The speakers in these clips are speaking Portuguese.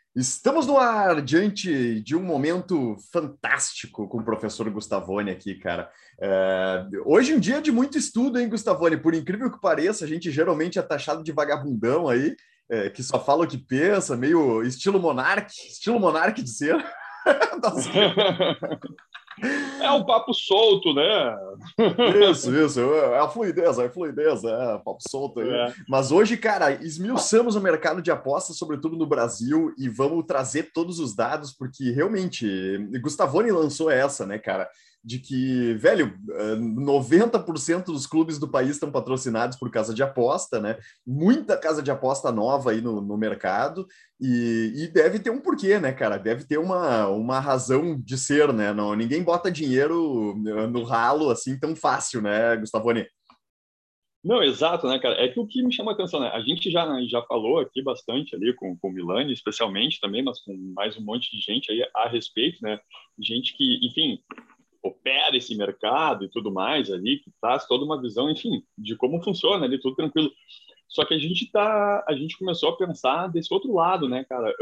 Estamos no ar, diante de um momento fantástico com o professor Gustavone aqui, cara. Hoje é um dia de muito estudo, hein, Gustavone? Por incrível que pareça, a gente geralmente é taxado de vagabundão aí, que só fala o que pensa, meio estilo monarque de ser. Nossa, É um papo solto, né? isso. É a fluidez, papo solto aí. É. Mas hoje, cara, esmiuçamos o mercado de apostas, sobretudo no Brasil, e vamos trazer todos os dados, porque realmente, Gustavone lançou essa, né, cara? De que, velho, 90% dos clubes do país estão patrocinados por casa de aposta, né? Muita casa de aposta nova aí no mercado, e deve ter um porquê, né, cara? Deve ter uma razão de ser, né? Não, ninguém bota dinheiro no ralo assim tão fácil, né, Gustavone? Não, exato, né, cara? É que o que me chama a atenção, né? A gente já falou aqui bastante ali com o Milani, especialmente também, mas com mais um monte de gente aí a respeito, né? Gente que, enfim, opera esse mercado e tudo mais ali, que traz toda uma visão, enfim, de como funciona ali, tudo tranquilo. Só que a gente começou a pensar desse outro lado, né, cara?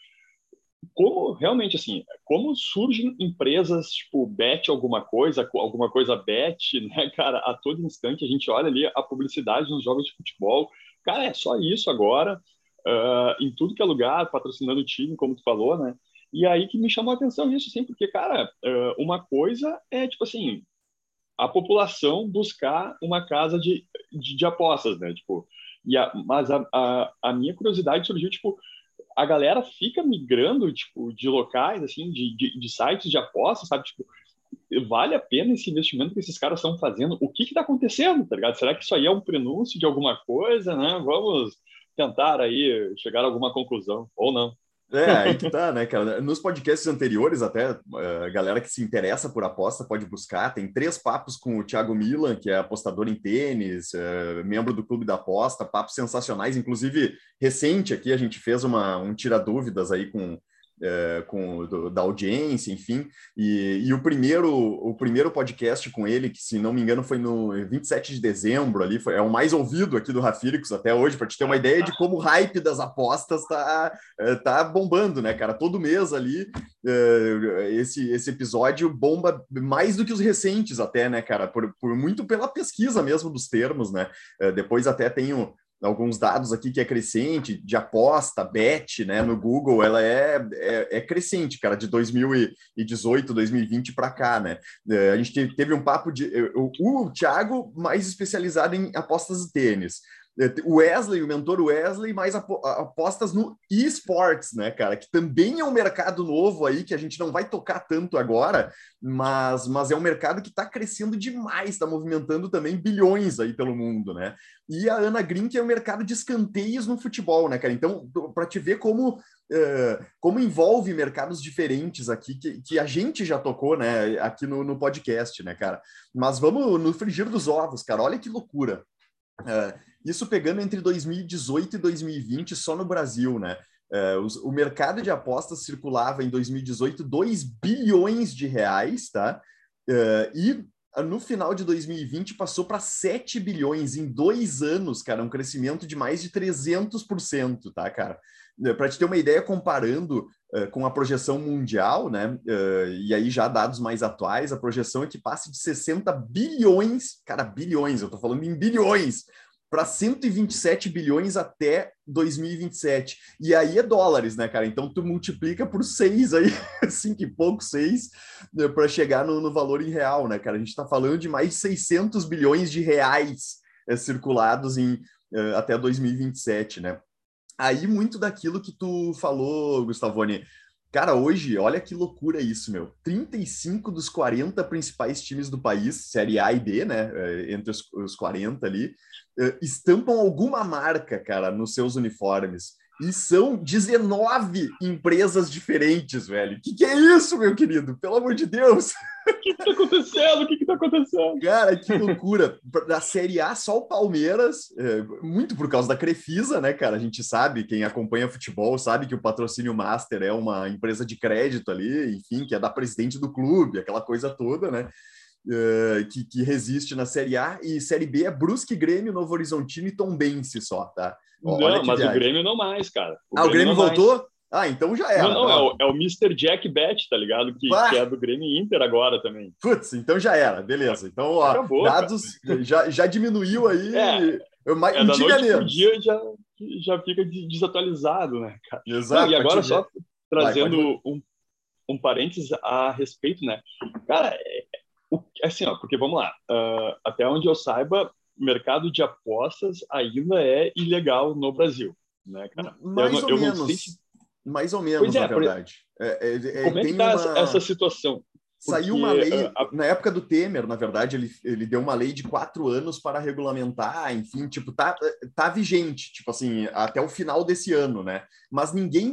Como realmente assim, como surgem empresas tipo Bet alguma coisa Bet, né, cara, a todo instante a gente olha ali a publicidade nos jogos de futebol, cara, é só isso agora, em tudo que é lugar, patrocinando o time, como tu falou, né? E aí que me chamou a atenção isso, assim, porque, cara, uma coisa é tipo assim, a população buscar uma casa de apostas, né? Tipo, mas a minha curiosidade surgiu, tipo, a galera fica migrando, tipo, de locais, assim, de sites de apostas, sabe? Tipo, vale a pena esse investimento que esses caras estão fazendo? O que está acontecendo, tá ligado? Será que isso aí é um prenúncio de alguma coisa, né? Vamos tentar aí chegar a alguma conclusão, ou não. Aí que tá, né, cara? Nos podcasts anteriores, até a galera que se interessa por aposta pode buscar. Tem 3 papos com o Thiago Milan, que é apostador em tênis, membro do Clube da Aposta, papos sensacionais. Inclusive, recente aqui, a gente fez um tira-dúvidas aí da audiência, enfim. E o primeiro podcast com ele, que se não me engano foi no 27 de dezembro ali, é o mais ouvido aqui do Rafíricos até hoje, para te ter uma ideia de como o hype das apostas tá bombando, né, cara? Todo mês ali, esse episódio bomba mais do que os recentes até, né, cara? Por muito pela pesquisa mesmo dos termos, né? Depois até tenho alguns dados aqui que é crescente, de aposta, bet, né, no Google, ela é crescente, cara, de 2018, 2020 para cá, né? A gente teve um papo o Thiago mais especializado em apostas de tênis. O Wesley, o mentor Wesley, mais apostas no esports, né, cara? Que também é um mercado novo aí que a gente não vai tocar tanto agora, mas é um mercado que está crescendo demais, está movimentando também bilhões aí pelo mundo, né? E a Ana Green, que é o mercado de escanteios no futebol, né, cara? Então, para te ver como envolve mercados diferentes aqui, que a gente já tocou, né, aqui no podcast, né, cara? Mas vamos no frigir dos ovos, cara. Olha que loucura. Isso pegando entre 2018 e 2020 só no Brasil, né? O mercado de apostas circulava em 2018 2 bilhões de reais, tá? E no final de 2020 passou para 7 bilhões em 2 anos, cara, um crescimento de mais de 300%, tá, cara? Para te ter uma ideia, comparando com a projeção mundial, né? E aí já dados mais atuais, a projeção é que passe de 60 bilhões, cara, bilhões, eu tô falando em bilhões, para 127 bilhões até 2027. E aí é dólares, né, cara? Então tu multiplica por 6 aí, 5 e pouco, 6, né, para chegar no valor em real, né, cara? A gente está falando de mais de 600 bilhões de reais circulados até 2027, né? Aí muito daquilo que tu falou, Gustavone. Cara, hoje, olha que loucura isso, meu. 35 dos 40 principais times do país, Série A e B, né? Entre os 40 ali, estampam alguma marca, cara, nos seus uniformes. E são 19 empresas diferentes, velho. Que é isso, meu querido? Pelo amor de Deus! O que está acontecendo? O que está acontecendo? Cara, que loucura. Da Série A, só o Palmeiras, muito por causa da Crefisa, né, cara? A gente sabe, quem acompanha futebol sabe que o patrocínio Master é uma empresa de crédito ali, enfim, que é da presidente do clube, aquela coisa toda, né? Que resiste na Série A. E Série B é Brusque, Grêmio, Novo Horizontino e Tombense só, tá? Olha Não, que mas o viagem. Grêmio não mais, cara. O Ah, o Grêmio Grêmio não mais. voltou? Ah, então já era. Não, é o Mr. Jack Bet, tá ligado? Que é do Grêmio Inter agora também. Putz, então já era, beleza. Então, ó, Acabou, cara. dados já diminuiu aí um Da time a noite pro menos. dia já fica desatualizado, né, cara? Não, Exato, e para te agora ver. só Vai, pode. trazendo um parênteses a respeito, né? Cara, assim, ó, porque vamos lá, até onde eu saiba, o mercado de apostas ainda é ilegal no Brasil, né, cara? Mais ou Eu não sei se... menos. Mais ou Pois menos, na é, verdade. como é que Tem tá essa uma. situação? Saiu uma Porque lei, na época do Temer, na verdade, ele deu uma lei de 4 anos para regulamentar, enfim, tipo, tá vigente, tipo assim, até o final desse ano, né? Mas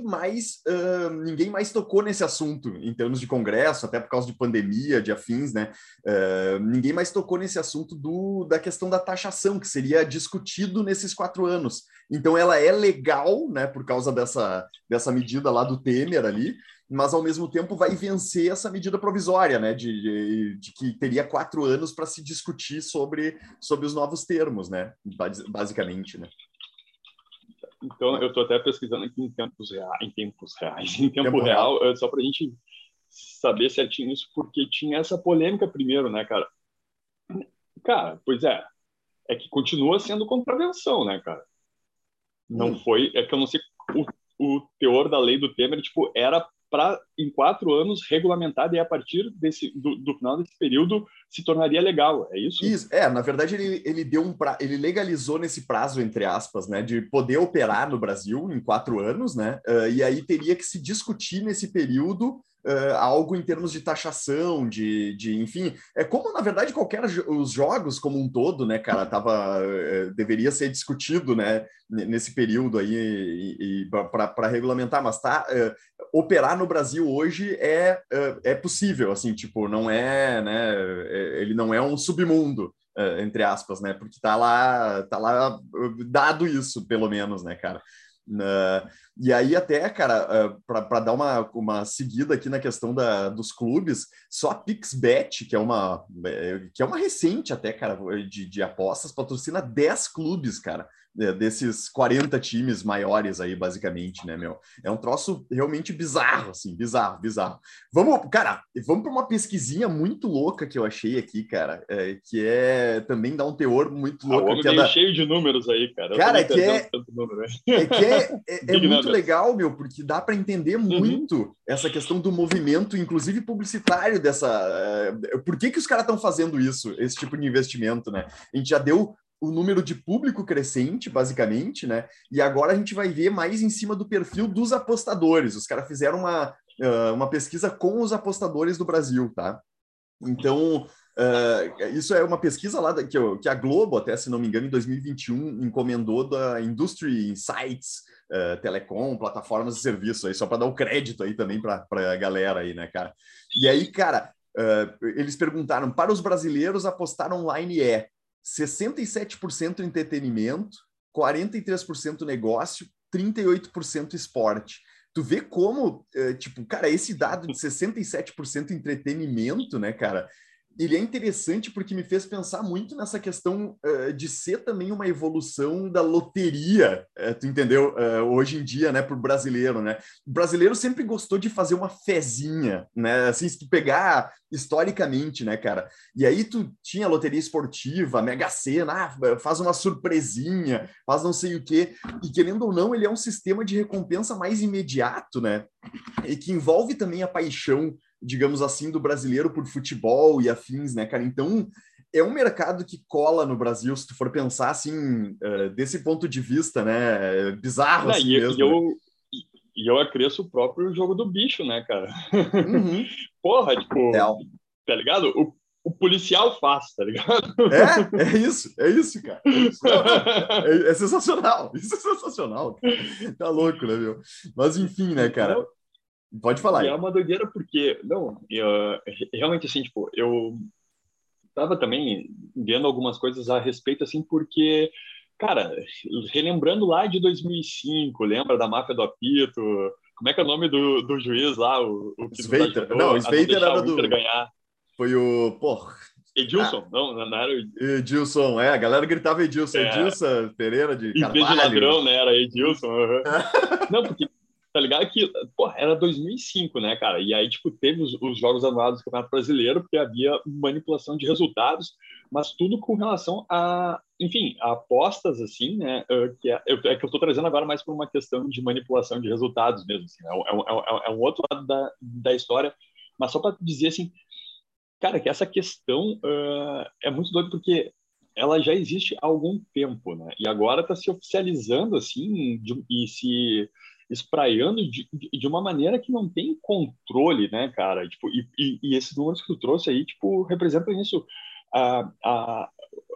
ninguém mais tocou nesse assunto em termos de Congresso, até por causa de pandemia, de afins, né? Ninguém mais tocou nesse assunto da questão da taxação, que seria discutido nesses 4 anos. Então, ela é legal, né, por causa dessa medida lá do Temer ali, mas ao mesmo tempo vai vencer essa medida provisória, né, de que teria 4 anos para se discutir sobre os novos termos, né, basicamente, né. então eu estou até pesquisando aqui em tempo Tempo real. real, só para a gente saber certinho isso, porque tinha essa polêmica primeiro, né, cara? Cara, pois é que continua sendo contravenção, né, cara? Não foi, é que eu não sei o teor da lei do Temer, tipo, era para em 4 anos regulamentar e a partir do final desse período se tornaria legal, é isso? Isso, na verdade ele deu ele legalizou nesse prazo, entre aspas, né, de poder operar no Brasil em 4 anos, né, e aí teria que se discutir nesse período algo em termos de taxação, enfim, é como na verdade os jogos como um todo, né, cara, deveria ser discutido, né, nesse período aí para regulamentar, mas operar no Brasil hoje é possível, assim, tipo, não é, né, ele não é um submundo, entre aspas, né, porque tá lá dado isso, pelo menos, né, cara. E aí até, cara, para dar uma seguida aqui na questão dos clubes, só a PixBet, que é uma recente até, cara, de apostas, patrocina 10 clubes, cara, desses 40 times maiores aí, basicamente, né, meu? É um troço realmente bizarro, assim, bizarro, bizarro. Vamos para uma pesquisinha muito louca que eu achei aqui, cara, que também dá um teor muito O louco, homem que é veio da... cheio de números aí, cara. Eu tô Cara, me perdendo tanto número aí. é Big muito numbers. legal, meu, porque dá para entender Uhum. muito essa questão do movimento, inclusive publicitário dessa. Por que os caras estão fazendo isso, esse tipo de investimento, né? A gente já deu o número de público crescente, basicamente, né? E agora a gente vai ver mais em cima do perfil dos apostadores. Os caras fizeram uma pesquisa com os apostadores do Brasil, tá? Então, isso é uma pesquisa lá que a Globo, até se não me engano, em 2021, encomendou da Industry Insights, Telecom, plataformas de serviço, aí, só para dar o crédito aí também para a galera aí, né, cara? E aí, cara, eles perguntaram, para os brasileiros, apostar online 67% entretenimento, 43% negócio, 38% esporte. Tu vê como, tipo, cara, esse dado de 67% entretenimento, né, cara, ele é interessante porque me fez pensar muito nessa questão de ser também uma evolução da loteria, tu entendeu? Hoje em dia, né, para o brasileiro, né? O brasileiro sempre gostou de fazer uma fezinha, né? Assim, se tu pegar historicamente, né, cara? E aí tu tinha loteria esportiva, Mega Sena, faz uma surpresinha, faz não sei o quê. E querendo ou não, ele é um sistema de recompensa mais imediato, né? E que envolve também a paixão, digamos assim, do brasileiro por futebol e afins, né, cara? Então, é um mercado que cola no Brasil, se tu for pensar, assim, desse ponto de vista, né? Bizarro, Não, assim mesmo, né? e eu acresço o próprio jogo do bicho, né, cara? Uhum. Porra, tipo, Real. tá ligado? O policial faz, tá ligado? É isso, cara. É isso. Não, não, é sensacional. Isso é sensacional, cara. Tá louco, né, meu? Mas enfim, né, cara? Não, Pode falar e é aí. uma doideira porque, não, realmente assim, tipo, eu tava também vendo algumas coisas a respeito, assim, porque, cara, relembrando lá de 2005, lembra da máfia do apito? Como é que é o nome do juiz lá, o que nos Sveiter. Não, o ajudou a não Sveiter deixar era o Inter ganhar? Foi o. Pô. Ah, Edilson? Não era Edilson, a galera gritava Edilson, é, Edilson Pereira de em vez de Carvalho. ladrão, né? Era Edilson. Uhum. Não, porque tá ligado que, pô, era 2005, né, cara? E aí, tipo, teve os jogos anulados do Campeonato Brasileiro, porque havia manipulação de resultados, mas tudo com relação a, enfim, a apostas, assim, né? É que eu tô trazendo agora mais por uma questão de manipulação de resultados mesmo, assim, né? É um outro lado da história, mas só para dizer, assim, cara, que essa questão é muito doida porque ela já existe há algum tempo, né? E agora está se oficializando assim e se espraiando de uma maneira que não tem controle, né, cara? Tipo, e esses números que tu trouxe aí, tipo, representam isso. A, a,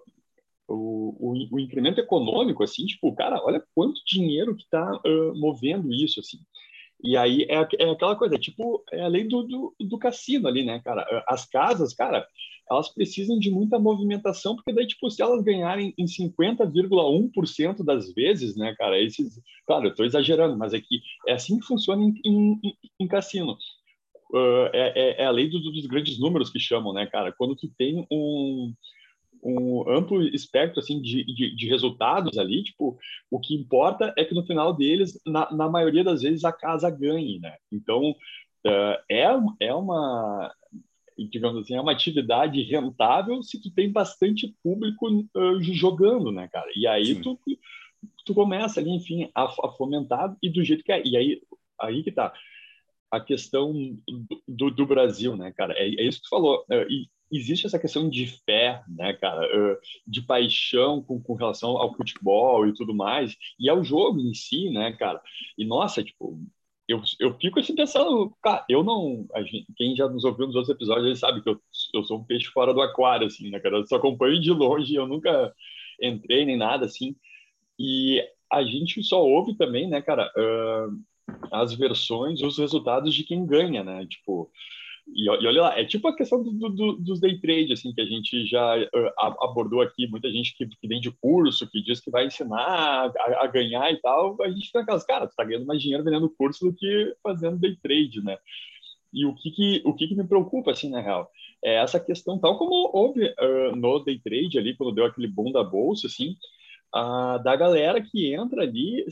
o incremento econômico, assim, tipo, cara, olha quanto dinheiro que está movendo isso, assim. E aí é aquela coisa, tipo, é a lei do cassino ali, né, cara? As casas, cara, elas precisam de muita movimentação, porque daí, tipo, se elas ganharem em 50,1% das vezes, né, cara, claro, eu tô exagerando, mas é que é assim que funciona em cassino. É a lei dos grandes números que chamam, né, cara? Quando tu tem um amplo espectro assim de resultados ali, tipo, o que importa é que no final deles, na maioria das vezes, a casa ganhe, né? Então, é, é uma, digamos assim, é uma atividade rentável se tu tem bastante público jogando, né, cara? E aí Sim. tu começa ali, enfim, a fomentar e do jeito que é. E aí que tá a questão do Brasil, né, cara? É isso que tu falou. E existe essa questão de fé, né, cara? De paixão com relação ao futebol e tudo mais, e ao jogo em si, né, cara? E, nossa, tipo, eu fico assim pensando, cara, eu não. Quem já nos ouviu nos outros episódios, ele sabe que eu sou um peixe fora do aquário, assim, né, cara? Eu só acompanho de longe, eu nunca entrei nem nada, assim. E a gente só ouve também, né, cara, as versões, os resultados de quem ganha, né? Tipo, e olha lá, é tipo a questão dos day trade, assim, que a gente já abordou aqui, muita gente que vende curso, que diz que vai ensinar a ganhar e tal, a gente fica aquelas, cara, tu tá ganhando mais dinheiro vendendo curso do que fazendo day trade, né? E o que me preocupa, assim, na real, é essa questão, tal como houve no day trade ali, quando deu aquele boom da bolsa, assim, da galera que entra ali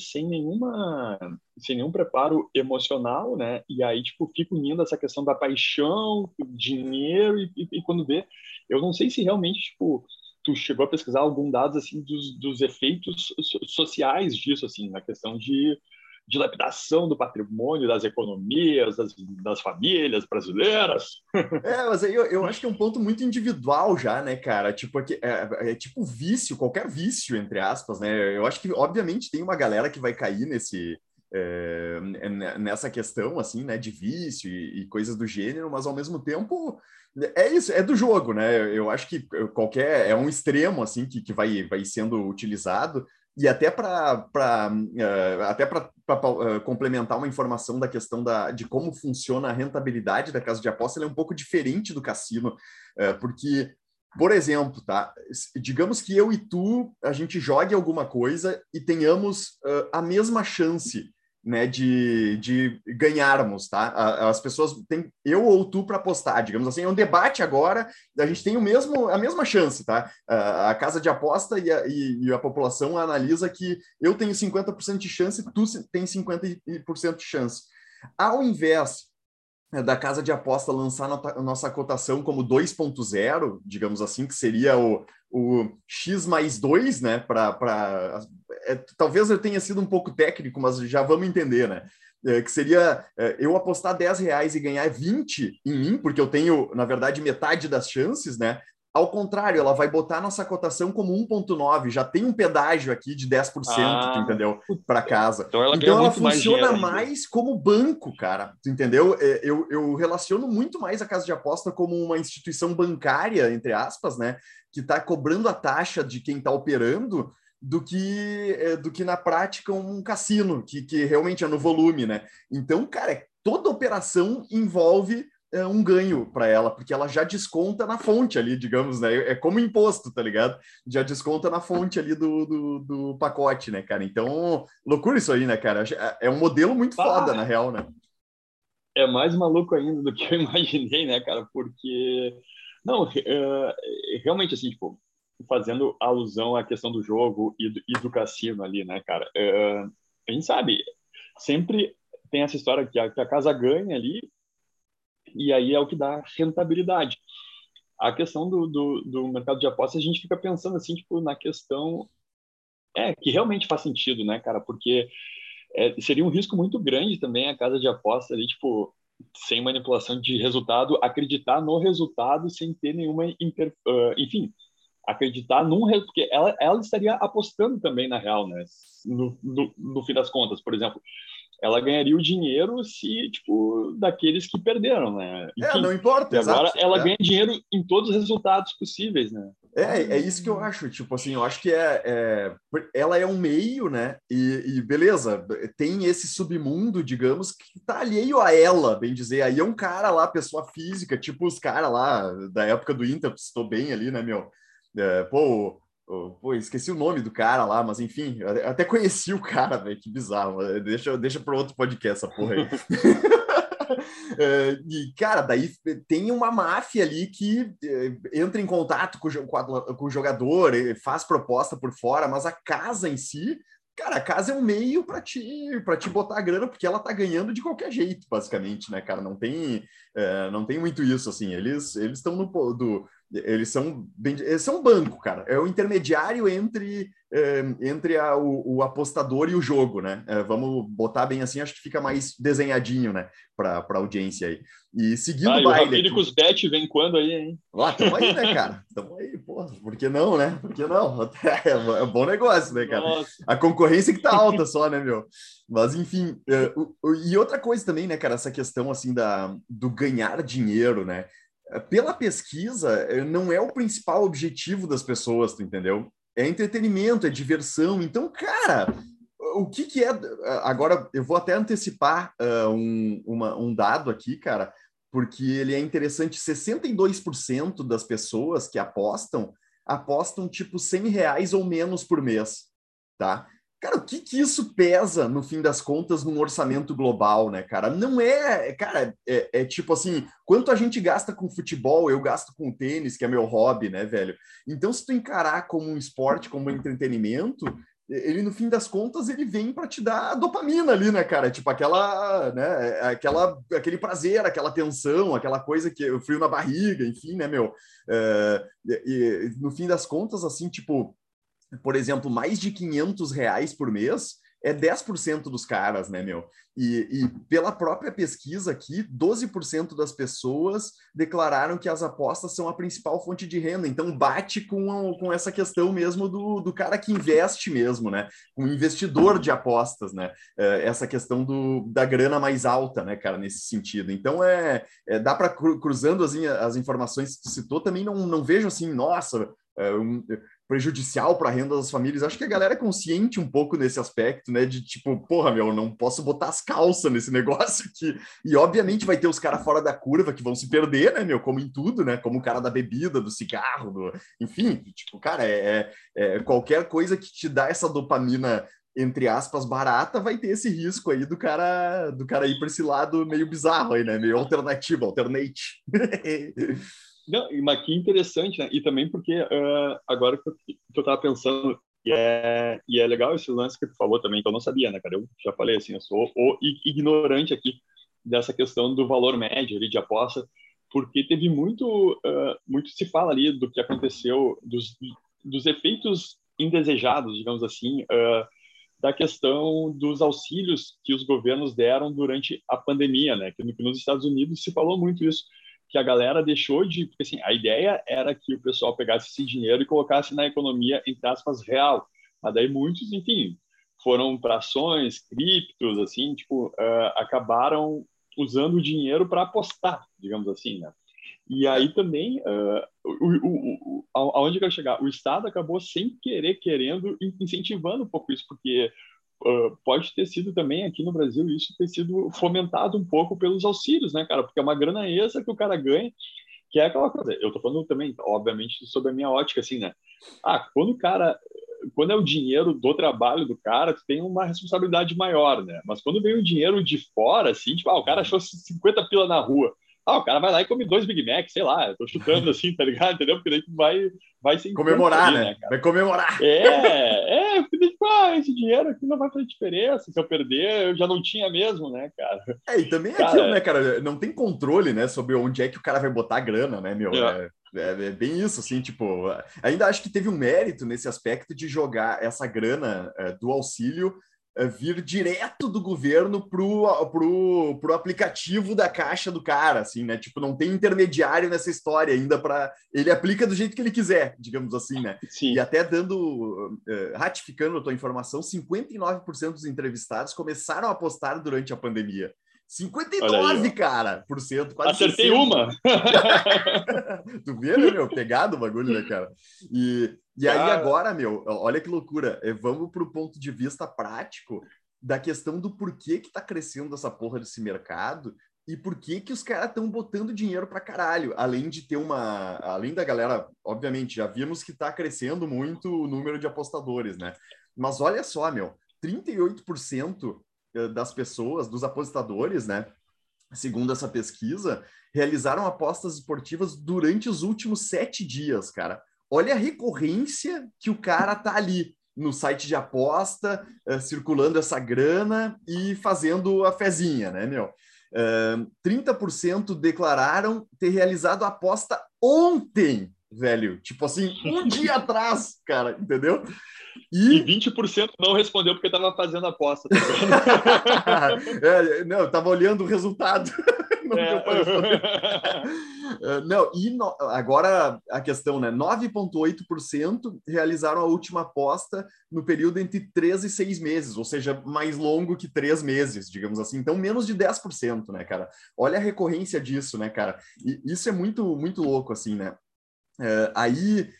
sem nenhum preparo emocional, né? E aí, tipo, fica unindo essa questão da paixão, dinheiro, e quando vê, eu não sei se realmente, tipo, tu chegou a pesquisar algum dados, assim, dos efeitos sociais disso, assim, na questão de dilapidação do patrimônio, das economias, das famílias brasileiras. Mas aí eu acho que é um ponto muito individual já, né, cara? Tipo, é tipo vício, qualquer vício, entre aspas, né? Eu acho que, obviamente, tem uma galera que vai cair nessa questão, assim, né, de vício e coisas do gênero, mas ao mesmo tempo é isso, é do jogo, né? Eu acho que é um extremo, assim, que vai sendo utilizado. E até para complementar uma informação da questão de como funciona a rentabilidade da casa de aposta, ela é um pouco diferente do cassino, porque, por exemplo, tá? Digamos que eu e tu, a gente jogue alguma coisa e tenhamos a mesma chance, né, de ganharmos, tá? As pessoas têm eu ou tu para apostar, digamos assim, é um debate agora, a gente tem a mesma chance, tá? A casa de aposta e a população analisa que eu tenho 50% de chance, tu tem 50% de chance. Ao invés da casa de aposta lançar a nossa cotação como 2.0, digamos assim, que seria o X mais 2, né? Talvez eu tenha sido um pouco técnico, mas já vamos entender, né? Que seria eu apostar R$ 10 e ganhar 20 em mim, porque eu tenho, na verdade, metade das chances, né? Ao contrário, ela vai botar nossa cotação como 1.9, já tem um pedágio aqui de 10%, tu Ah, entendeu? Para casa. então ela ganha Então ela muito mais funciona dinheiro ainda. mais como banco, cara, tu entendeu? Eu relaciono muito mais a casa de aposta como uma instituição bancária, entre aspas, né? Que está cobrando a taxa de quem está operando do que na prática um cassino, que realmente é no volume, né? Então, cara, toda operação envolve um ganho para ela, porque ela já desconta na fonte ali, digamos, né? É como imposto, tá ligado? Já desconta na fonte ali do pacote, né, cara? Então, loucura isso aí, né, cara? É um modelo muito foda, na Ah, real, né? é mais maluco ainda do que eu imaginei, né, cara? Porque, não, realmente, assim, tipo, fazendo alusão à questão do jogo e do cassino ali, né, cara? A gente sabe, sempre. tem essa história que a casa ganha ali, e aí é o que dá rentabilidade. A questão do mercado de apostas, a gente fica pensando assim, tipo, na questão que realmente faz sentido, né, cara? Porque seria um risco muito grande também a casa de aposta ali, tipo, sem manipulação de resultado, acreditar no resultado sem ter nenhuma enfim, acreditar porque ela estaria apostando também na real, né? No fim das contas, por exemplo, ela ganharia o dinheiro se, tipo, daqueles que perderam, né? Não Enfim, importa, e agora exato. ela ganha dinheiro em todos os resultados possíveis, né? É isso que eu acho, tipo assim, eu acho que ela é um meio, né? E beleza, tem esse submundo, digamos, que tá alheio a ela, bem dizer. Aí é um cara lá, pessoa física, tipo os caras lá da época do Inter, estou bem ali, né, meu? Pô, esqueci o nome do cara lá, mas enfim, eu até conheci o cara, velho, que bizarro. Deixa para outro podcast essa porra aí. E, cara, daí tem uma máfia ali que entra em contato com o jogador, faz proposta por fora, mas a casa em si, cara, a casa é um meio para te botar a grana, porque ela tá ganhando de qualquer jeito, basicamente, né, cara? Não tem muito isso, assim. Eles estão no eles são um banco, cara. É o intermediário entre o apostador e o jogo, né? Vamos botar bem assim, acho que fica mais desenhadinho, né? Para a audiência aí. E seguindo o E o baile aqui. Rapíricos Bet vem quando aí, hein? Tamo aí, né, cara? Tamo aí, porra. Por que não, né? Por que não? É um bom negócio, né, cara? Nossa. A concorrência que tá alta só, né, meu? Mas, enfim. E outra coisa também, né, cara? Essa questão, assim, do ganhar dinheiro, né? Pela pesquisa, não é o principal objetivo das pessoas, tu entendeu? É entretenimento, é diversão. Então, cara, o que é. Agora, eu vou até antecipar um dado aqui, cara, porque ele é interessante. 62% das pessoas que apostam tipo R$ 100 ou menos por mês, tá? Cara, o que isso pesa, no fim das contas, num orçamento global, né, cara? Não é, cara, é tipo assim, quanto a gente gasta com futebol, eu gasto com tênis, que é meu hobby, né, velho? Então, se tu encarar como um esporte, como um entretenimento, ele, no fim das contas, ele vem para te dar dopamina ali, né, cara? Tipo aquela, né, aquele prazer, aquela tensão, aquela coisa que o frio na barriga, enfim, né, meu? No fim das contas, assim, tipo, por exemplo, mais de R$ 500 por mês é 10% dos caras, né, meu? E pela própria pesquisa aqui, 12% das pessoas declararam que as apostas são a principal fonte de renda. Então, bate com essa questão mesmo do cara que investe mesmo, né? Um investidor de apostas, né? Essa questão da grana mais alta, né, cara, nesse sentido. Então, dá para, cruzando as informações que tu citou, também não vejo assim, nossa, prejudicial para a renda das famílias. Acho que a galera é consciente um pouco nesse aspecto, né? De tipo, porra, meu, não posso botar as calças nesse negócio aqui. E obviamente vai ter os caras fora da curva que vão se perder, né, meu? Como em tudo, né? Como o cara da bebida, do cigarro, enfim, tipo, cara, qualquer coisa que te dá essa dopamina, entre aspas, barata, vai ter esse risco aí do cara ir para esse lado meio bizarro aí, né? Meio alternativo, alternate. Não, mas que interessante, né? E também porque agora que eu tava pensando, e é legal esse lance que tu falou também, que eu não sabia, né, cara? Eu já falei assim, eu sou o ignorante aqui dessa questão do valor médio ali de aposta, porque teve muito se fala ali do que aconteceu, dos efeitos indesejados, digamos assim, da questão dos auxílios que os governos deram durante a pandemia, né? Que nos Estados Unidos se falou muito isso, que a galera deixou de... Porque, assim, a ideia era que o pessoal pegasse esse dinheiro e colocasse na economia, entre aspas, real. Mas daí muitos, enfim, foram para ações, criptos, assim, tipo, acabaram usando o dinheiro para apostar, digamos assim, né? E aí também, aonde eu quero chegar? O Estado acabou sem querer, querendo, incentivando um pouco isso, porque pode ter sido também aqui no Brasil isso ter sido fomentado um pouco pelos auxílios, né, cara? Porque é uma grana extra que o cara ganha, que é aquela coisa. Eu tô falando também, obviamente, sobre a minha ótica, assim, né? Quando é o dinheiro do trabalho do cara, tu tem uma responsabilidade maior, né? Mas quando vem o dinheiro de fora, assim, tipo, o cara achou 50 pila na rua. o cara vai lá e come 2 Big Mac, sei lá, eu tô chutando assim, tá ligado? Entendeu? Porque daí tu vai ser Comemorar, ali, né? cara? Vai comemorar. Porque tipo, esse dinheiro aqui não vai fazer diferença. Se eu perder, eu já não tinha mesmo, né, cara? E também é aquilo, né, Cara, cara? Não tem controle, né, sobre onde é que o cara vai botar a grana, né, meu? é, É bem isso, assim, tipo, ainda acho que teve um mérito nesse aspecto de jogar essa grana do auxílio vir direto do governo pro aplicativo da caixa do cara, assim, né? Tipo, não tem intermediário nessa história ainda para ele aplica do jeito que ele quiser, digamos assim, né? E sim, até dando, ratificando a tua informação, 59% dos entrevistados começaram a apostar durante a pandemia. olha aí, 59, ó. cara, por cento, quase Acertei 60. uma! Tu vê, né, meu? Pegado o bagulho, né, cara? E aí Cara, agora, meu, olha que loucura. Vamos pro ponto de vista prático da questão do porquê que tá crescendo essa porra desse mercado e por que que os caras estão botando dinheiro pra caralho. Além de ter além da galera, obviamente, já vimos que tá crescendo muito o número de apostadores, né? Mas olha só, meu, 38% das pessoas, dos apostadores, né? Segundo essa pesquisa, realizaram apostas esportivas durante os últimos 7 dias, cara. Olha a recorrência que o cara tá ali no site de aposta, circulando essa grana e fazendo a fezinha, né, meu? 30% declararam ter realizado a aposta ontem, velho. Tipo assim, um dia atrás, cara, entendeu? e E 20% não respondeu porque tava fazendo aposta, tá ligado? não, eu tava olhando o resultado. Não deu para responder. Não, agora a questão, né? 9,8% realizaram a última aposta no período entre 3 e 6 meses, ou seja, mais longo que 3 meses, digamos assim. Então, menos de 10%, né, cara? Olha a recorrência disso, né, cara? E isso é muito, muito louco, assim, né? Aí,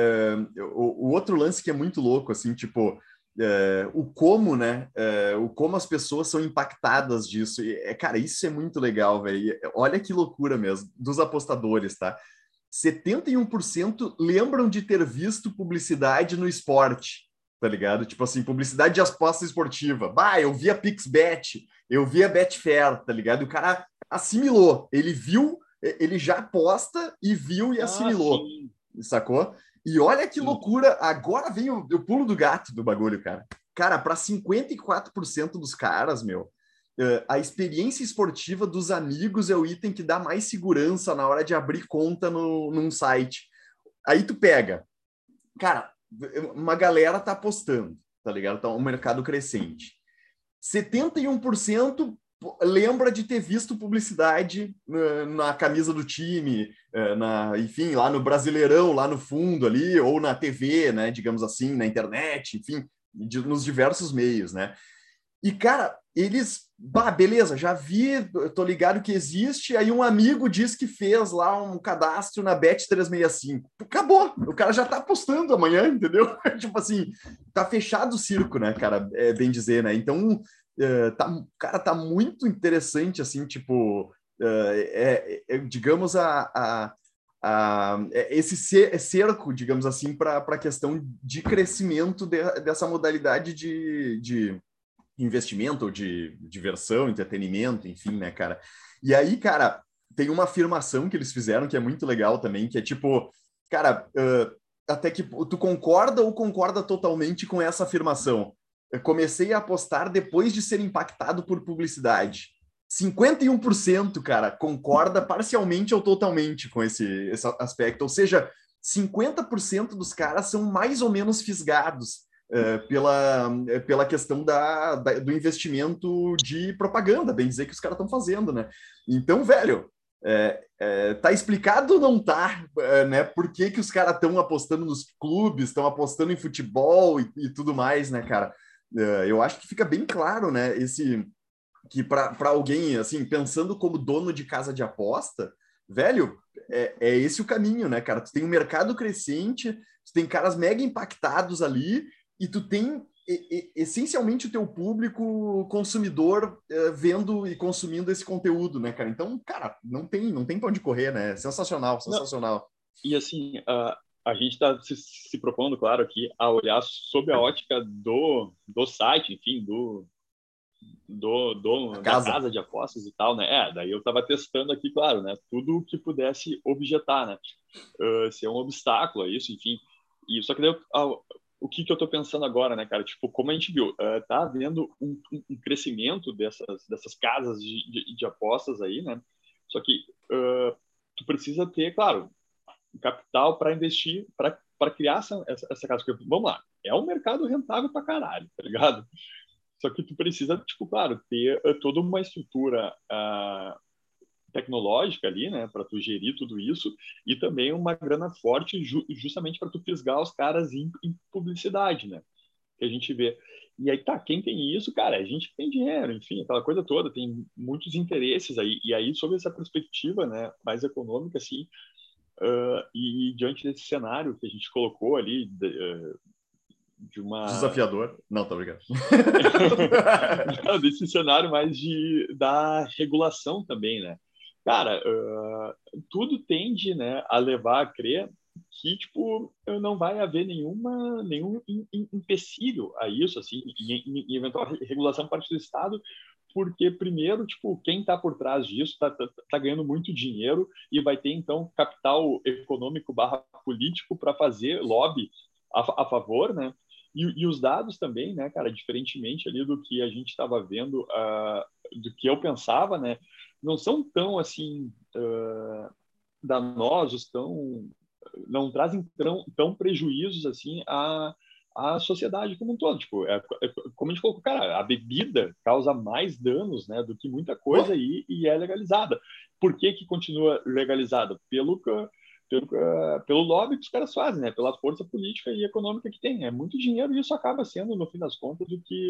o outro lance que é muito louco, assim, tipo, o como, né? O como as pessoas são impactadas disso. Cara, isso é muito legal, velho. Olha que loucura mesmo, dos apostadores, tá? 71% lembram de ter visto publicidade no esporte, tá ligado? Tipo assim, publicidade de aposta esportiva. Bah, eu vi a PixBet, eu vi a Betfair, tá ligado? E o cara assimilou, ele viu, ele já aposta e viu e Ah, assimilou, sim. sacou? E olha que Uhum. loucura, agora vem o pulo do gato do bagulho, cara. Cara, para 54% dos caras, meu, a experiência esportiva dos amigos é o item que dá mais segurança na hora de abrir conta num site. Aí tu pega, cara, uma galera tá apostando, tá ligado? Tá um mercado crescente. 71% lembra de ter visto publicidade na camisa do time, enfim, lá no Brasileirão, lá no fundo ali, ou na TV, né, digamos assim, na internet, enfim, nos diversos meios, né? E, cara, beleza, já vi, tô ligado que existe, aí um amigo diz que fez lá um cadastro na Bet365. Acabou, o cara já tá apostando amanhã, entendeu? Tipo assim, tá fechado o circo, né, cara, bem dizer, né? Então, cara, tá muito interessante, assim, tipo, digamos, esse cerco, digamos assim, para a questão de crescimento dessa modalidade de investimento ou de diversão, entretenimento, enfim, né, cara? E aí, cara, tem uma afirmação que eles fizeram que é muito legal também, que é tipo, cara, até que tu concorda ou concorda totalmente com essa afirmação? Eu comecei a apostar depois de ser impactado por publicidade. 51%, cara, concorda parcialmente ou totalmente com esse aspecto. Ou seja, 50% dos caras são mais ou menos fisgados pela questão do investimento de propaganda, bem dizer que os caras estão fazendo, né? Então, velho, tá explicado ou não tá, né? Por que, que os caras estão apostando nos clubes, estão apostando em futebol e tudo mais, né, cara? Eu acho que fica bem claro, né? Que para alguém, assim, pensando como dono de casa de aposta, velho, é esse o caminho, né, cara? Tu tem um mercado crescente, tu tem caras mega impactados ali, e tu tem essencialmente o teu público consumidor vendo e consumindo esse conteúdo, né, cara? Então, cara, não tem pra onde correr, né? Sensacional, Não, sensacional. e assim, a gente está se propondo, claro, aqui a olhar sob a ótica do site, enfim, da casa de apostas e tal, né? Daí eu estava testando aqui, claro, né? Tudo que pudesse objetar, né? Ser um obstáculo a isso, enfim. E só que daí o que eu estou pensando agora, né, cara? Tipo, como a gente viu, tá havendo um crescimento dessas casas de apostas aí, né? Só que tu precisa ter, claro, capital para investir, para criar essa casa. Porque, vamos lá, é um mercado rentável pra caralho, tá ligado? Só que tu precisa, tipo, claro, ter toda uma estrutura tecnológica ali, né, para tu gerir tudo isso e também uma grana forte justamente para tu fisgar os caras em publicidade, né, que a gente vê. E aí, tá, quem tem isso, cara, a gente tem dinheiro, enfim, aquela coisa toda, tem muitos interesses aí. E aí, sob essa perspectiva, né, mais econômica, assim, e diante desse cenário que a gente colocou ali, de uma... Desafiador. Não, tá obrigado. Desse cenário mais da regulação também, né? Cara, tudo tende, né, a levar a crer que, tipo, não vai haver nenhum empecilho a isso, assim, em eventual regulação por parte do Estado, porque, primeiro, tipo, quem está por trás disso tá ganhando muito dinheiro e vai ter, então, capital econômico / político para fazer lobby a favor, né? E os dados também, né, cara, diferentemente ali do que a gente estava vendo, do que eu pensava, né, não são tão, assim, danosos, não trazem tão prejuízos, assim, à sociedade como um todo. Tipo, como a gente falou, cara, a bebida causa mais danos, né, do que muita coisa aí e é legalizada. Por que continua legalizada? Pelo lobby que os caras fazem, né? Pela força política e econômica que tem. É muito dinheiro e isso acaba sendo, no fim das contas,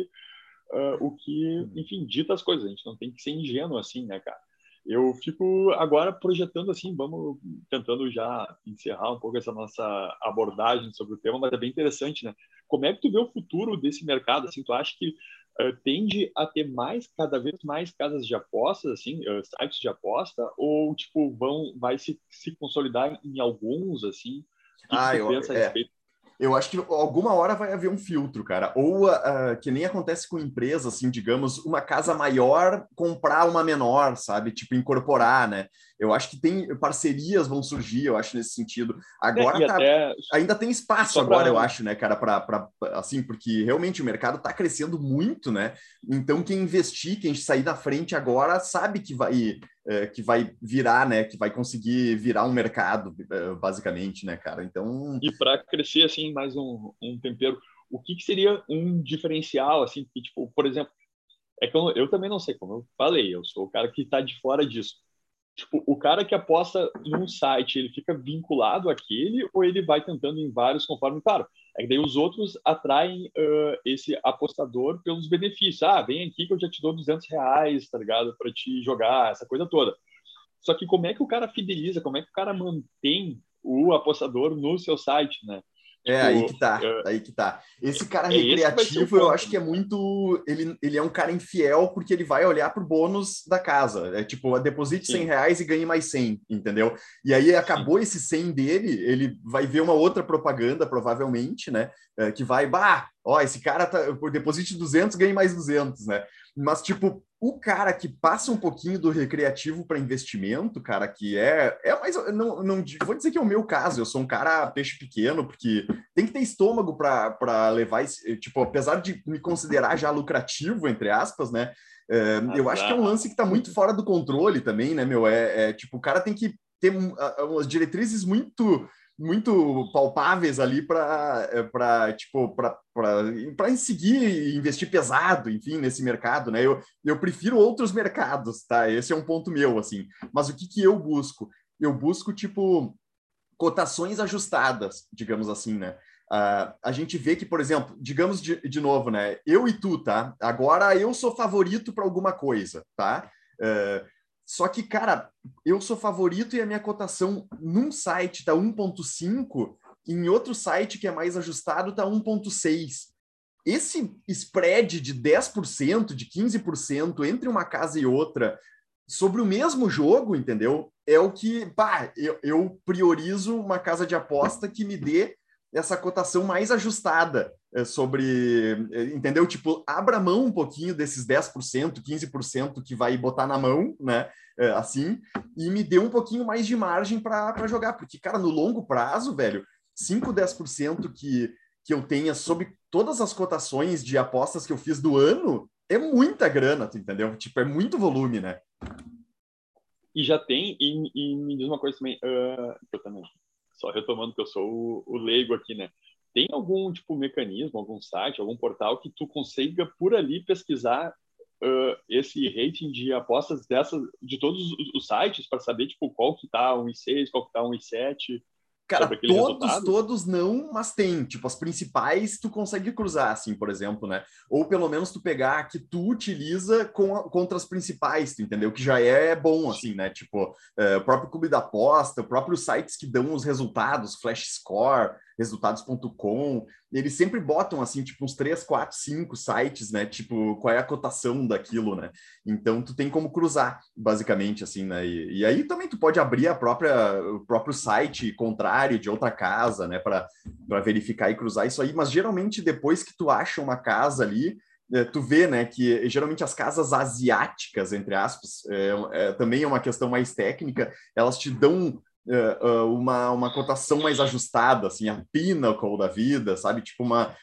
o que, enfim, dita as coisas. A gente não tem que ser ingênuo assim, né, cara? Eu fico agora projetando assim, vamos tentando já encerrar um pouco essa nossa abordagem sobre o tema, mas é bem interessante, né? Como é que tu vê o futuro desse mercado? Assim, tu acha que tende a ter cada vez mais casas de apostas, assim, sites de aposta, ou tipo vai se consolidar em alguns, assim? O que tu pensa a respeito? Eu acho que alguma hora vai haver um filtro, cara. Ou que nem acontece com empresa, assim, digamos, uma casa maior comprar uma menor, sabe? Tipo, incorporar, né? Eu acho que tem parcerias vão surgir, eu acho, nesse sentido. Agora ainda tem espaço agora, eu acho, né, cara, assim, porque realmente o mercado está crescendo muito, né? Então, quem investir, quem sair da frente agora, sabe que vai virar, né? Que vai conseguir virar um mercado, basicamente, né, cara? Então... E para crescer, assim, mais um tempero, o que seria um diferencial, assim, que, tipo, por exemplo, é que eu também não sei, como eu falei, eu sou o cara que está de fora disso. Tipo, o cara que aposta num site, ele fica vinculado àquele ou ele vai tentando em vários conforme, claro, é que daí os outros atraem esse apostador pelos benefícios. Ah, vem aqui que eu já te dou R$ 200, tá ligado? Para te jogar, essa coisa toda. Só que como é que o cara fideliza, como é que o cara mantém o apostador no seu site, né? Tipo, aí que tá, aí que tá. Esse cara recreativo, eu acho que é muito... Ele é um cara infiel porque ele vai olhar pro bônus da casa. É tipo, deposite R$ 100 e ganhe mais 100, entendeu? E aí acabou esse 100 dele, ele vai ver uma outra propaganda, provavelmente, né? Que vai, esse cara deposite 200, ganhe mais 200, né? Mas, tipo, o cara que passa um pouquinho do recreativo para investimento, cara, que é mais... Não vou dizer que é o meu caso, eu sou um cara peixe pequeno, porque tem que ter estômago para levar esse... Tipo, apesar de me considerar já lucrativo, entre aspas, né? Eu acho que é um lance que está muito fora do controle também, né, meu? Tipo, o cara tem que ter umas diretrizes muito palpáveis ali para seguir e investir pesado, enfim, nesse mercado, né? Eu prefiro outros mercados, tá? Esse é um ponto meu, assim. Mas o que eu busco? Eu busco, tipo, cotações ajustadas, digamos assim, né? A gente vê que, por exemplo, digamos de novo, né? Eu e tu, tá? Agora eu sou favorito para alguma coisa, tá? Só que, cara, eu sou favorito e a minha cotação num site está 1,5, em outro site que é mais ajustado está 1,6. Esse spread de 10%, de 15% entre uma casa e outra sobre o mesmo jogo, entendeu? É o que, eu priorizo uma casa de aposta que me dê essa cotação mais ajustada sobre, entendeu? Tipo, abra mão um pouquinho desses 10%, 15% que vai botar na mão, né? Assim, e me dê um pouquinho mais de margem para jogar, porque, cara, no longo prazo, velho, 5, 10% que eu tenha sobre todas as cotações de apostas que eu fiz do ano é muita grana, tu entendeu? Tipo, é muito volume, né? E já tem, e me diz uma coisa também, que eu também, só retomando que eu sou o leigo aqui, né? Tem algum, tipo, mecanismo, algum site, algum portal que tu consiga, por ali, pesquisar esse rating de apostas dessas, de todos os sites, para saber, tipo, qual que tá 1,6, qual que tá 1,7 Cara, sobre aquele todos, resultado? todos não, mas tem. Tipo, as principais tu consegue cruzar, assim, por exemplo, né? Ou pelo menos tu pegar a que tu utiliza contra as principais, tu entendeu? Que já é bom, assim, né? Tipo, o próprio clube da aposta, os próprios sites que dão os resultados, Flash Score, resultados.com, eles sempre botam, assim, tipo, uns 3, 4, 5 sites, né? Tipo, qual é a cotação daquilo, né? Então, tu tem como cruzar, basicamente, assim, né? E aí também tu pode abrir o próprio site contrário de outra casa, né? Para verificar e cruzar isso aí. Mas geralmente, depois que tu acha uma casa ali, tu vê, né, que geralmente as casas asiáticas, entre aspas, também é uma questão mais técnica, elas te dão uma cotação mais ajustada, assim, a Pinnacle da vida, sabe? Tipo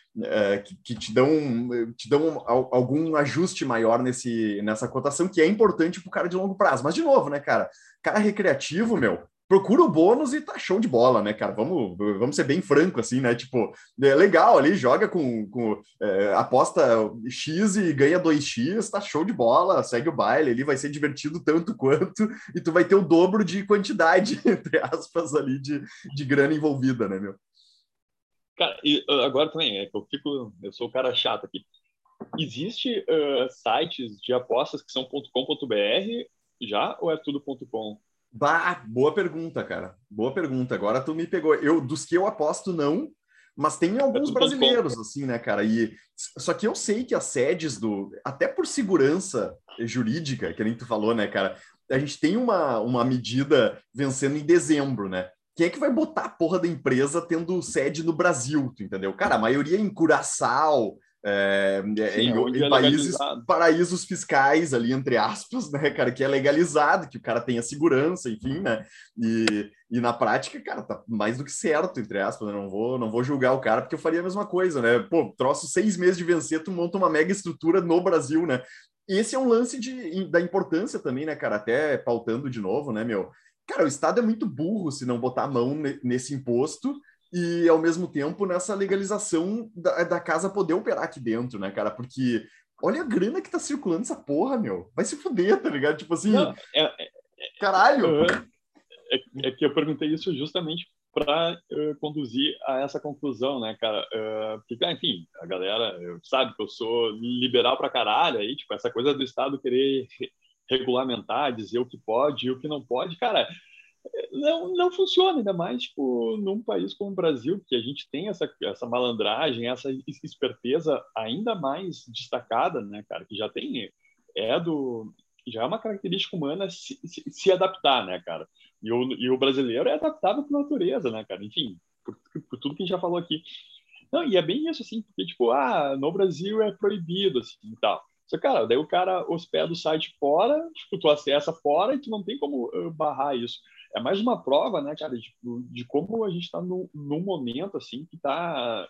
que te dão algum ajuste maior nessa cotação, que é importante para o cara de longo prazo. Mas, de novo, né, cara recreativo, meu, procura o bônus e tá show de bola, né, cara? Vamos ser bem franco, assim, né? Tipo, é legal ali, joga com aposta X e ganha 2x, tá show de bola, segue o baile ali, vai ser divertido tanto quanto, e tu vai ter o dobro de quantidade, entre aspas, ali, de grana envolvida, né, meu? Cara, e agora também, eu sou o cara chato aqui. Existe sites de apostas que são .com.br já ou é tudo .com? Bah, boa pergunta, cara. Boa pergunta. Agora tu me pegou. Dos que eu aposto, não, mas tem É alguns tudo .com. brasileiros, assim, né, cara? Só que eu sei que as sedes até por segurança jurídica, que nem tu falou, né, cara? A gente tem uma medida vencendo em dezembro, né? Quem é que vai botar a porra da empresa tendo sede no Brasil, tu entendeu? Cara, a maioria é em Curaçao, Sim, é onde em é países legalizado. paraísos fiscais ali, entre aspas, né, cara, que é legalizado, que o cara tenha segurança, enfim, né, e na prática, cara, tá mais do que certo, entre aspas, né? Não vou julgar o cara, porque eu faria a mesma coisa, né, pô, troço 6 meses de vencer, tu monta uma mega estrutura no Brasil, né, esse é um lance da importância também, né, cara, até pautando de novo, né, meu, cara, o Estado é muito burro se não botar a mão nesse imposto, e ao mesmo tempo nessa legalização da casa poder operar aqui dentro, né, cara? Porque olha a grana que tá circulando essa porra, meu. Vai se fuder, tá ligado? Tipo assim, Não, caralho. é que eu perguntei isso justamente para conduzir a essa conclusão, né, cara? Porque, enfim, a galera sabe que eu sou liberal pra caralho, aí, tipo, essa coisa do Estado querer regulamentar, dizer o que pode e o que não pode, cara, não funciona, ainda mais tipo, num país como o Brasil, que a gente tem essa malandragem, essa esperteza ainda mais destacada, né, cara, que já tem, é do, já é uma característica humana se adaptar, né, cara, e o brasileiro é adaptável por natureza, né, cara, enfim, por tudo que a gente já falou aqui. Não, e é bem isso, assim, porque, tipo, no Brasil é proibido, assim, e tal. Só, cara, daí o cara hospeda o site fora, tipo, tu acessa fora e tu não tem como barrar isso. É mais uma prova, né, cara, de como a gente está num momento, assim, que está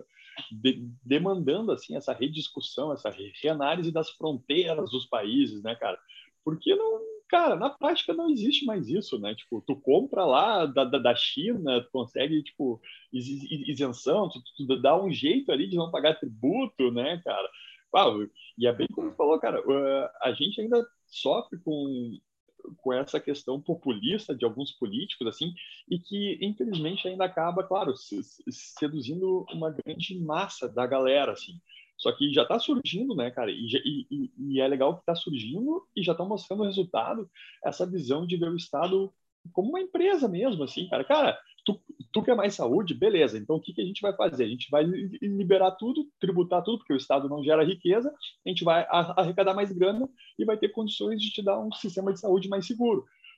demandando, assim, essa rediscussão, essa reanálise das fronteiras dos países, né, cara? Porque não, cara, na prática não existe mais isso, né? Tipo, tu compra lá da China, tu consegue, tipo, isenção, tu dá um jeito ali de não pagar tributo, né, cara? Uau, e é bem como tu falou, cara, a gente ainda sofre com essa questão populista de alguns políticos, assim, e que, infelizmente, ainda acaba, claro, seduzindo uma grande massa da galera, assim. Só que já está surgindo, né, cara? E é legal que está surgindo e já estão mostrando o resultado, essa visão de ver o Estado como uma empresa mesmo, assim, cara. Cara, tu quer mais saúde? Beleza. Então, o que a gente vai fazer? A gente vai liberar tudo, tributar tudo, porque o Estado não gera riqueza, a gente vai arrecadar mais grana e vai ter condições de te dar um sistema de saúde mais seguro.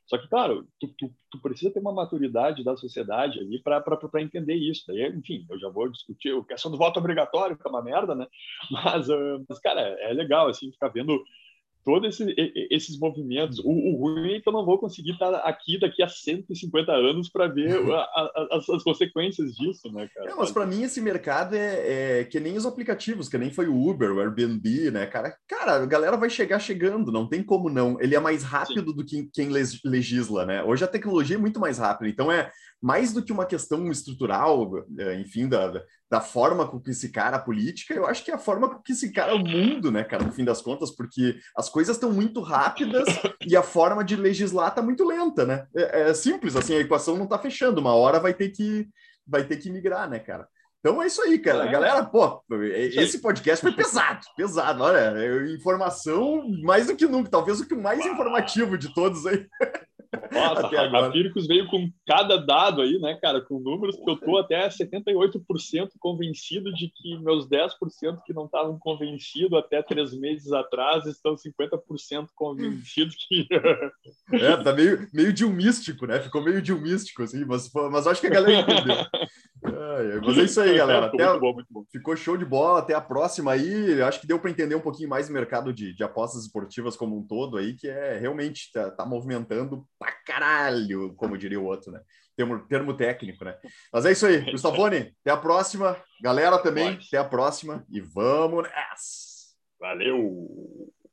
Só que, claro, tu precisa ter uma maturidade da sociedade ali para entender isso. Daí, enfim, eu já vou discutir a questão do voto obrigatório, que é uma merda, né? Mas cara, é legal, assim, ficar vendo todos esses movimentos. O ruim é que eu não vou conseguir estar aqui daqui a 150 anos para ver as consequências disso, né, cara? Mas para mim esse mercado é que nem os aplicativos, que nem foi o Uber, o Airbnb, né, cara? Cara, a galera vai chegar chegando, não tem como não. Ele é mais Sim. rápido do que quem legisla, né? Hoje a tecnologia é muito mais rápida, então é mais do que uma questão estrutural, enfim, da forma com que se cara a política, eu acho que é a forma com que se cara o mundo, né, cara, no fim das contas, porque as coisas estão muito rápidas e a forma de legislar está muito lenta, né? É simples, assim, a equação não está fechando, uma hora vai ter que migrar, né, cara? Então é isso aí, cara. Galera, pô, esse podcast foi pesado, pesado. Olha, informação mais do que nunca, talvez o que mais informativo de todos aí. Nossa, a Pircos veio com cada dado aí, né, cara, com números que eu tô até 78% convencido de que meus 10% que não estavam convencidos até 3 meses atrás estão 50% convencidos que... Tá meio de um místico, né? Ficou meio de um místico, assim, mas acho que a galera entendeu. Mas é isso aí, galera. Muito bom, muito bom. Ficou show de bola. Até a próxima aí. Acho que deu para entender um pouquinho mais o mercado de apostas esportivas como um todo aí, que realmente tá movimentando pra caralho, como diria o outro, né? Termo técnico, né? Mas é isso aí. Gustavone, até a próxima. Galera também, até a próxima. E vamos nessa! Valeu!